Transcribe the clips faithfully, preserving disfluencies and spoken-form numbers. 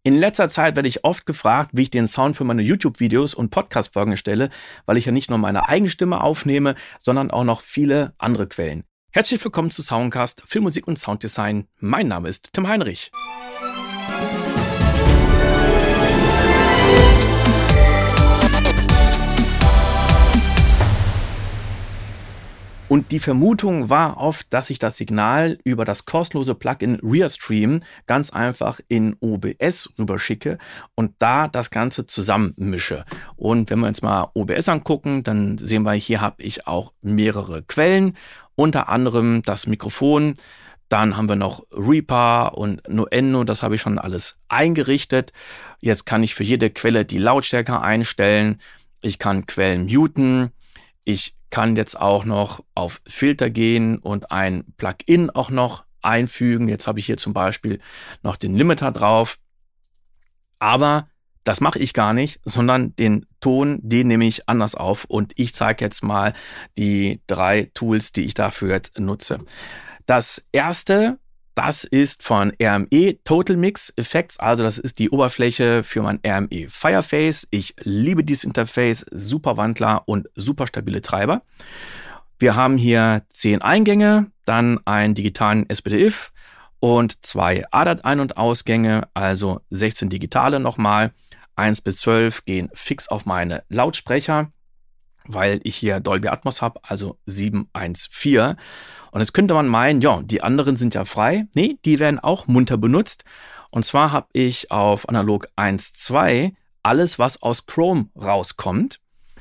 In letzter Zeit werde ich oft gefragt, wie ich den Sound für meine YouTube-Videos und Podcast-Folgen erstelle, weil ich ja nicht nur meine eigene Stimme aufnehme, sondern auch noch viele andere Quellen. Herzlich willkommen zu Soundcast Filmmusik und Sounddesign. Mein Name ist Tim Heinrich. Und die Vermutung war oft, dass ich das Signal über das kostenlose Plugin Restream ganz einfach in O B S rüberschicke und da das Ganze zusammenmische. Und wenn wir uns mal O B S angucken, dann sehen wir, hier habe ich auch mehrere Quellen, unter anderem das Mikrofon. Dann haben wir noch Reaper und Nuendo, das habe ich schon alles eingerichtet. Jetzt kann ich für jede Quelle die Lautstärke einstellen. Ich kann Quellen muten. Ich kann jetzt auch noch auf Filter gehen und ein Plugin auch noch einfügen. Jetzt habe ich hier zum Beispiel noch den Limiter drauf. Aber das mache ich gar nicht, sondern den Ton, den nehme ich anders auf. Und ich zeige jetzt mal die drei Tools, die ich dafür jetzt nutze. Das erste, das ist von R M E Total Mix Effects, also das ist die Oberfläche für mein R M E Fireface. Ich liebe dieses Interface, super Wandler und super stabile Treiber. Wir haben hier zehn Eingänge, dann einen digitalen S P D I F und zwei A D A T-Ein- und Ausgänge, also sechzehn digitale nochmal. eins bis zwölf gehen fix auf meine Lautsprecher, weil ich hier Dolby Atmos habe, also sieben eins vier. Und jetzt könnte man meinen, ja, die anderen sind ja frei. Nee, die werden auch munter benutzt. Und zwar habe ich auf Analog eins zwei alles, was aus Chrome rauskommt.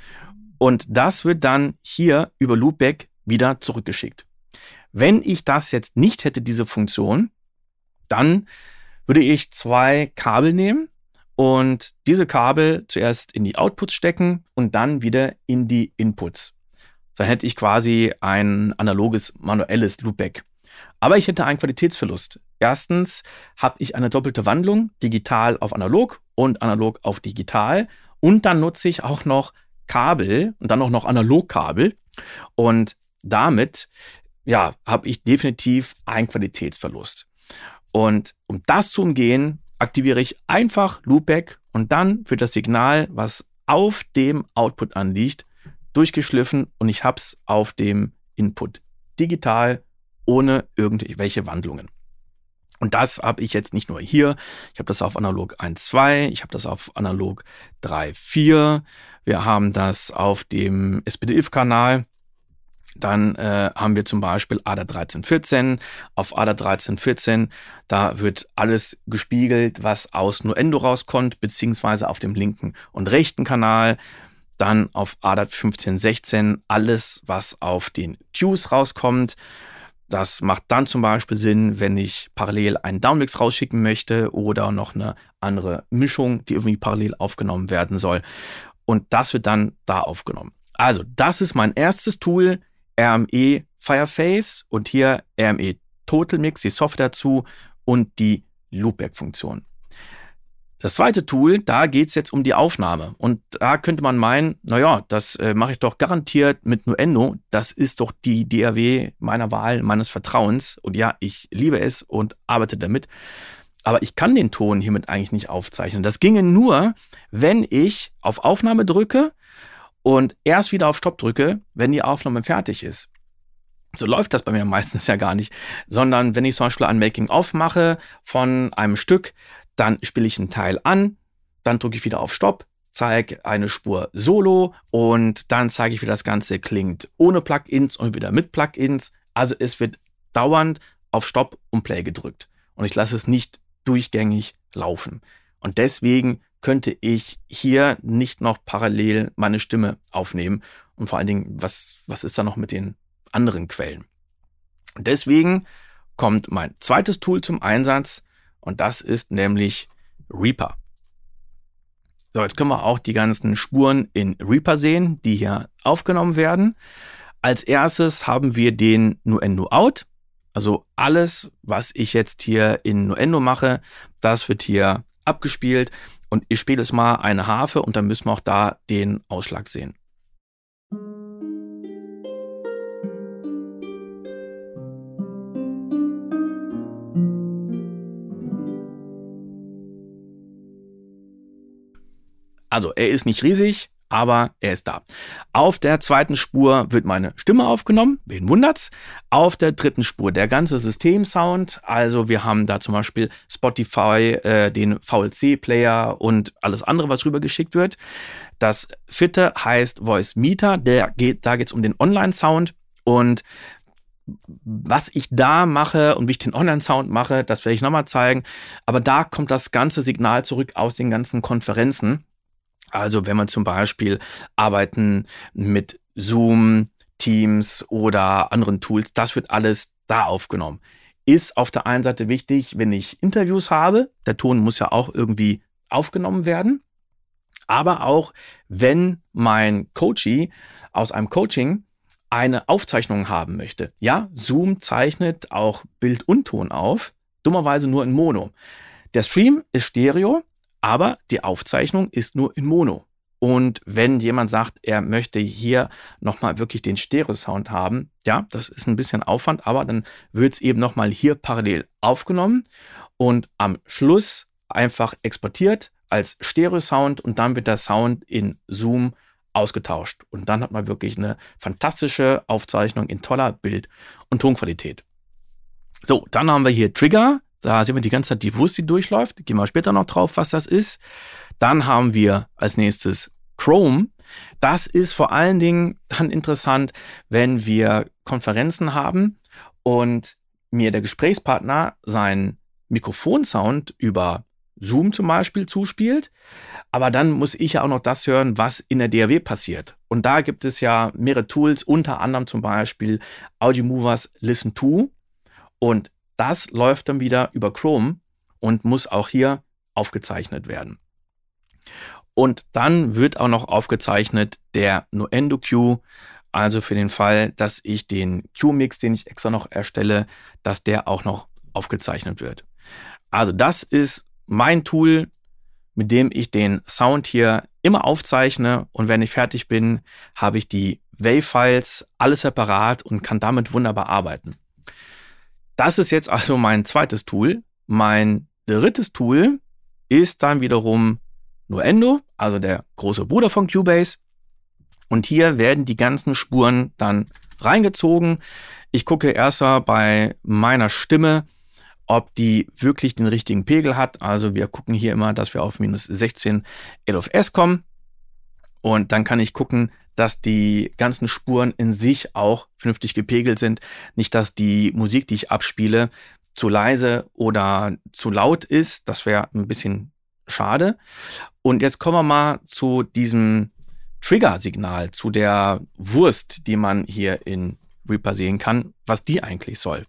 Und das wird dann hier über Loopback wieder zurückgeschickt. Wenn ich das jetzt nicht hätte, diese Funktion, dann würde ich zwei Kabel nehmen und diese Kabel zuerst in die Outputs stecken und dann wieder in die Inputs. Dann hätte ich quasi ein analoges, manuelles Loopback. Aber ich hätte einen Qualitätsverlust. Erstens habe ich eine doppelte Wandlung, digital auf analog und analog auf digital. Und dann nutze ich auch noch Kabel und dann auch noch Analogkabel. Und damit, ja, habe ich definitiv einen Qualitätsverlust. Und um das zu umgehen, aktiviere ich einfach Loopback und dann wird das Signal, was auf dem Output anliegt, durchgeschliffen und ich habe es auf dem Input digital ohne irgendwelche Wandlungen. Und das habe ich jetzt nicht nur hier, ich habe das auf Analog eins zwei, ich habe das auf Analog drei vier, wir haben das auf dem S P D I F-Kanal. Dann äh, haben wir zum Beispiel A D A T dreizehn vierzehn. Auf A D A T dreizehn vierzehn, da wird alles gespiegelt, was aus Nuendo rauskommt, beziehungsweise auf dem linken und rechten Kanal. Dann auf A D A T fünfzehn sechzehn alles, was auf den Cues rauskommt. Das macht dann zum Beispiel Sinn, wenn ich parallel einen Downmix rausschicken möchte oder noch eine andere Mischung, die irgendwie parallel aufgenommen werden soll. Und das wird dann da aufgenommen. Also, das ist mein erstes Tool, R M E Fireface und hier R M E Total Mix, die Software dazu und die Loopback-Funktion. Das zweite Tool, da geht es jetzt um die Aufnahme. Und da könnte man meinen, naja, das äh, mache ich doch garantiert mit Nuendo. Das ist doch die D A W meiner Wahl, meines Vertrauens. Und ja, ich liebe es und arbeite damit. Aber ich kann den Ton hiermit eigentlich nicht aufzeichnen. Das ginge nur, wenn ich auf Aufnahme drücke und erst wieder auf Stopp drücke, wenn die Aufnahme fertig ist. So läuft das bei mir meistens ja gar nicht. Sondern wenn ich zum Beispiel ein Making-of mache von einem Stück, dann spiele ich einen Teil an, dann drücke ich wieder auf Stopp, zeige eine Spur Solo und dann zeige ich, wie das Ganze klingt ohne Plugins und wieder mit Plugins. Also es wird dauernd auf Stopp und Play gedrückt und ich lasse es nicht durchgängig laufen. Und deswegen könnte ich hier nicht noch parallel meine Stimme aufnehmen und vor allen Dingen, was, was ist da noch mit den anderen Quellen? Und deswegen kommt mein zweites Tool zum Einsatz. Und das ist nämlich Reaper. So, jetzt können wir auch die ganzen Spuren in Reaper sehen, die hier aufgenommen werden. Als erstes haben wir den Nuendo Out. Also alles, was ich jetzt hier in Nuendo mache, das wird hier abgespielt. Und ich spiele jetzt mal eine Harfe und dann müssen wir auch da den Ausschlag sehen. Also er ist nicht riesig, aber er ist da. Auf der zweiten Spur wird meine Stimme aufgenommen, wen wundert's? Auf der dritten Spur der ganze Systemsound, also wir haben da zum Beispiel Spotify, äh, den V L C-Player und alles andere, was rübergeschickt wird. Das vierte heißt Voice Meter, der geht, da geht's um den Online-Sound und was ich da mache und wie ich den Online-Sound mache, das werde ich nochmal zeigen, aber da kommt das ganze Signal zurück aus den ganzen Konferenzen. Also wenn man zum Beispiel arbeiten mit Zoom, Teams oder anderen Tools, das wird alles da aufgenommen. Ist auf der einen Seite wichtig, wenn ich Interviews habe, der Ton muss ja auch irgendwie aufgenommen werden, aber auch wenn mein Coachee aus einem Coaching eine Aufzeichnung haben möchte. Ja, Zoom zeichnet auch Bild und Ton auf, dummerweise nur in Mono. Der Stream ist Stereo, aber die Aufzeichnung ist nur in Mono. Und wenn jemand sagt, er möchte hier nochmal wirklich den Stereo-Sound haben, ja, das ist ein bisschen Aufwand, aber dann wird es eben nochmal hier parallel aufgenommen und am Schluss einfach exportiert als Stereo-Sound und dann wird der Sound in Zoom ausgetauscht. Und dann hat man wirklich eine fantastische Aufzeichnung in toller Bild- und Tonqualität. So, dann haben wir hier Trigger. Da sehen wir die ganze Zeit die Wurst, die durchläuft. Gehen wir später noch drauf, was das ist. Dann haben wir als nächstes Chrome. Das ist vor allen Dingen dann interessant, wenn wir Konferenzen haben und mir der Gesprächspartner seinen Mikrofonsound über Zoom zum Beispiel zuspielt. Aber dann muss ich ja auch noch das hören, was in der D A W passiert. Und da gibt es ja mehrere Tools, unter anderem zum Beispiel Audiomovers Listen to. Und das läuft dann wieder über Chrome und muss auch hier aufgezeichnet werden. Und dann wird auch noch aufgezeichnet der Nuendo Q, also für den Fall, dass ich den Q-Mix, den ich extra noch erstelle, dass der auch noch aufgezeichnet wird. Also das ist mein Tool, mit dem ich den Sound hier immer aufzeichne und wenn ich fertig bin, habe ich die Wave-Files alles separat und kann damit wunderbar arbeiten. Das ist jetzt also mein zweites Tool. Mein drittes Tool ist dann wiederum Nuendo, also der große Bruder von Cubase. Und hier werden die ganzen Spuren dann reingezogen. Ich gucke erst mal bei meiner Stimme, ob die wirklich den richtigen Pegel hat. Also wir gucken hier immer, dass wir auf minus sechzehn L F S kommen. Und dann kann ich gucken, dass die ganzen Spuren in sich auch vernünftig gepegelt sind. Nicht, dass die Musik, die ich abspiele, zu leise oder zu laut ist. Das wäre ein bisschen schade. Und jetzt kommen wir mal zu diesem Trigger-Signal, zu der Wurst, die man hier in Reaper sehen kann, was die eigentlich soll.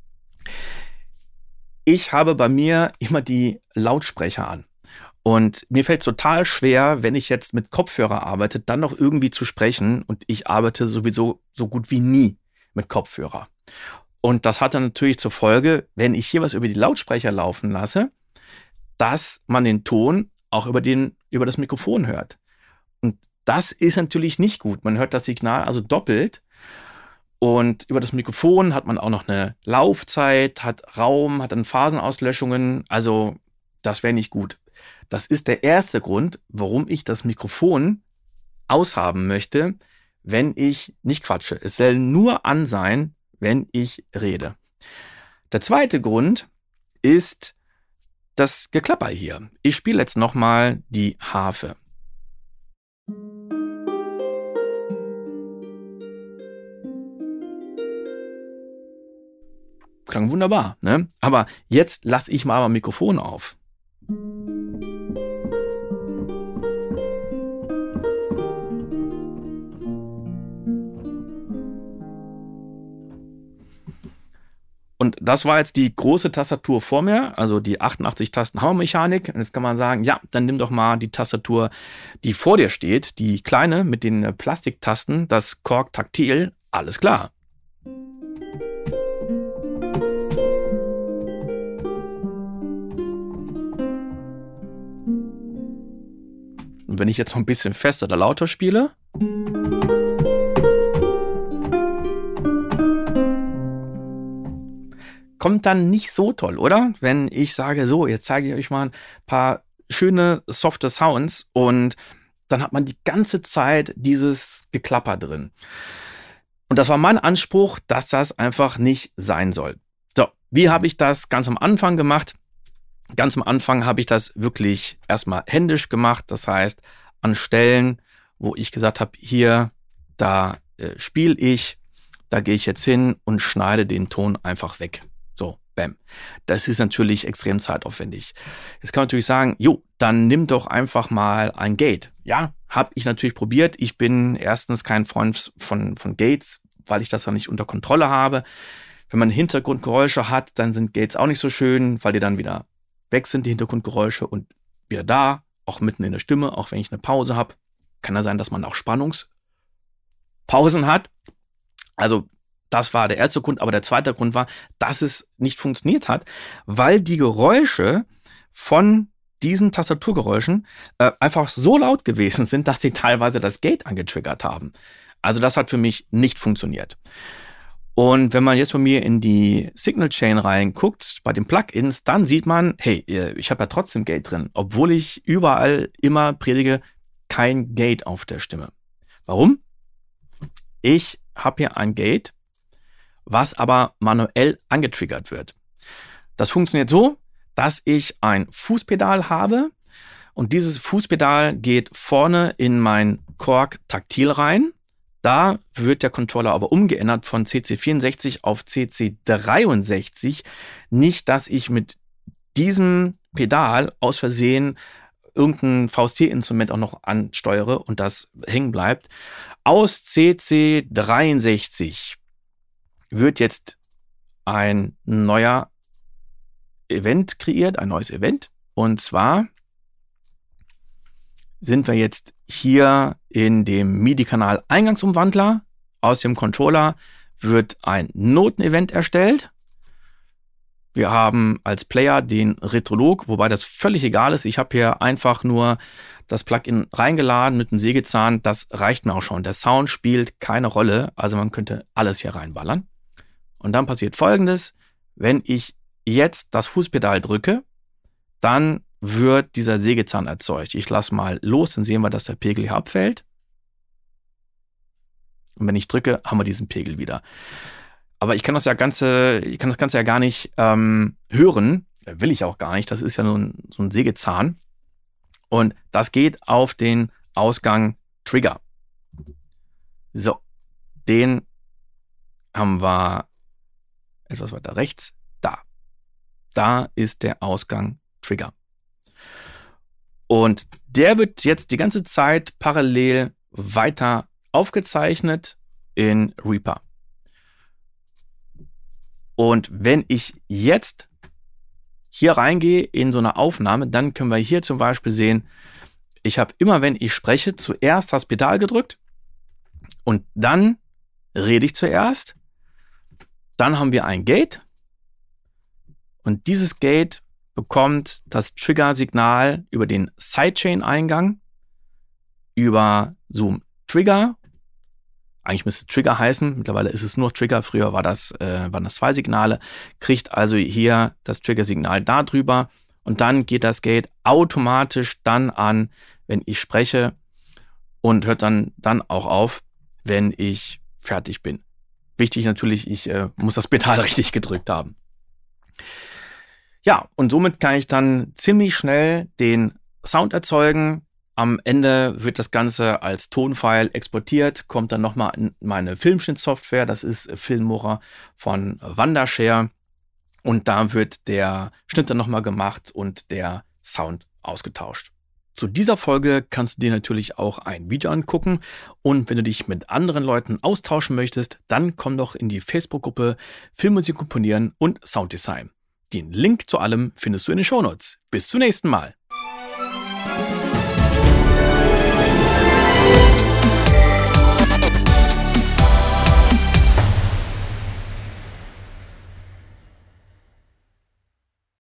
Ich habe bei mir immer die Lautsprecher an. Und mir fällt es total schwer, wenn ich jetzt mit Kopfhörer arbeite, dann noch irgendwie zu sprechen. Und ich arbeite sowieso so gut wie nie mit Kopfhörer. Und das hat dann natürlich zur Folge, wenn ich hier was über die Lautsprecher laufen lasse, dass man den Ton auch über, den, über das Mikrofon hört. Und das ist natürlich nicht gut. Man hört das Signal also doppelt. Und über das Mikrofon hat man auch noch eine Laufzeit, hat Raum, hat dann Phasenauslöschungen. Also das wäre nicht gut. Das ist der erste Grund, warum ich das Mikrofon aushaben möchte, wenn ich nicht quatsche. Es soll nur an sein, wenn ich rede. Der zweite Grund ist das Geklapper hier. Ich spiele jetzt nochmal die Harfe. Klang wunderbar, ne? Aber jetzt lasse ich mal mein Mikrofon auf. Und das war jetzt die große Tastatur vor mir, also die achtundachtzig Tasten Hammermechanik. Und jetzt kann man sagen, ja, dann nimm doch mal die Tastatur, die vor dir steht, die kleine mit den Plastiktasten, das Korg Taktil, alles klar. Und wenn ich jetzt noch ein bisschen fester oder lauter spiele, kommt dann nicht so toll, oder? Wenn ich sage, so, jetzt zeige ich euch mal ein paar schöne, softe Sounds und dann hat man die ganze Zeit dieses Geklapper drin. Und das war mein Anspruch, dass das einfach nicht sein soll. So, wie habe ich das ganz am Anfang gemacht? Ganz am Anfang habe ich das wirklich erstmal händisch gemacht. Das heißt, an Stellen, wo ich gesagt habe, hier, da äh, spiele ich, da gehe ich jetzt hin und schneide den Ton einfach weg. So, bam. Das ist natürlich extrem zeitaufwendig. Jetzt kann man natürlich sagen, jo, dann nimm doch einfach mal ein Gate. Ja, habe ich natürlich probiert. Ich bin erstens kein Freund von, von Gates, weil ich das ja nicht unter Kontrolle habe. Wenn man Hintergrundgeräusche hat, dann sind Gates auch nicht so schön, weil die dann wieder weg sind, die Hintergrundgeräusche, und wieder da, auch mitten in der Stimme, auch wenn ich eine Pause habe. Kann ja sein, dass man auch Spannungspausen hat. Also das war der erste Grund, aber der zweite Grund war, dass es nicht funktioniert hat, weil die Geräusche von diesen Tastaturgeräuschen äh, einfach so laut gewesen sind, dass sie teilweise das Gate angetriggert haben. Also das hat für mich nicht funktioniert. Und wenn man jetzt bei mir in die Signal Chain reinguckt, bei den Plugins, dann sieht man, hey, ich habe ja trotzdem Gate drin, obwohl ich überall immer predige, kein Gate auf der Stimme. Warum? Ich habe hier ein Gate, was aber manuell angetriggert wird. Das funktioniert so, dass ich ein Fußpedal habe und dieses Fußpedal geht vorne in mein Korg Taktil rein. Da wird der Controller aber umgeändert von C C vierundsechzig auf C C dreiundsechzig. Nicht, dass ich mit diesem Pedal aus Versehen irgendein V S T-Instrument auch noch ansteuere und das hängen bleibt. Aus C C dreiundsechzig wird jetzt ein neuer Event kreiert, ein neues Event. Und zwar sind wir jetzt hier in dem MIDI-Kanal Eingangsumwandler. Aus dem Controller wird ein Noten-Event erstellt. Wir haben als Player den Retrolog, wobei das völlig egal ist. Ich habe hier einfach nur das Plugin reingeladen mit einem Sägezahn. Das reicht mir auch schon. Der Sound spielt keine Rolle. Also man könnte alles hier reinballern. Und dann passiert Folgendes. Wenn ich jetzt das Fußpedal drücke, dann wird dieser Sägezahn erzeugt. Ich lasse mal los, dann sehen wir, dass der Pegel hier abfällt. Und wenn ich drücke, haben wir diesen Pegel wieder. Aber ich kann das ja Ganze, ich kann das Ganze ja gar nicht ähm, hören. Will ich auch gar nicht. Das ist ja nur ein, so ein Sägezahn. Und das geht auf den Ausgang Trigger. So, den haben wir etwas weiter rechts. Da. Da ist der Ausgang Trigger. Und der wird jetzt die ganze Zeit parallel weiter aufgezeichnet in Reaper. Und wenn ich jetzt hier reingehe in so eine Aufnahme, dann können wir hier zum Beispiel sehen, ich habe immer, wenn ich spreche, zuerst das Pedal gedrückt und dann rede ich zuerst. Dann haben wir ein Gate und dieses Gate bekommt das Trigger-Signal über den Sidechain-Eingang, über Zoom Trigger. Eigentlich müsste Trigger heißen, mittlerweile ist es nur Trigger, früher war das, äh, waren das zwei Signale, kriegt also hier das Trigger-Signal da drüber und dann geht das Gate automatisch dann an, wenn ich spreche und hört dann, dann auch auf, wenn ich fertig bin. Wichtig natürlich, ich äh, muss das Pedal richtig gedrückt haben. Ja, und somit kann ich dann ziemlich schnell den Sound erzeugen. Am Ende wird das Ganze als Tonfile exportiert, kommt dann nochmal in meine Filmschnittsoftware, das ist Filmora von Wondershare. Und da wird der Schnitt dann nochmal gemacht und der Sound ausgetauscht. Zu dieser Folge kannst du dir natürlich auch ein Video angucken. Und wenn du dich mit anderen Leuten austauschen möchtest, dann komm doch in die Facebook-Gruppe Filmmusik komponieren und Sounddesign. Den Link zu allem findest du in den Shownotes. Bis zum nächsten Mal.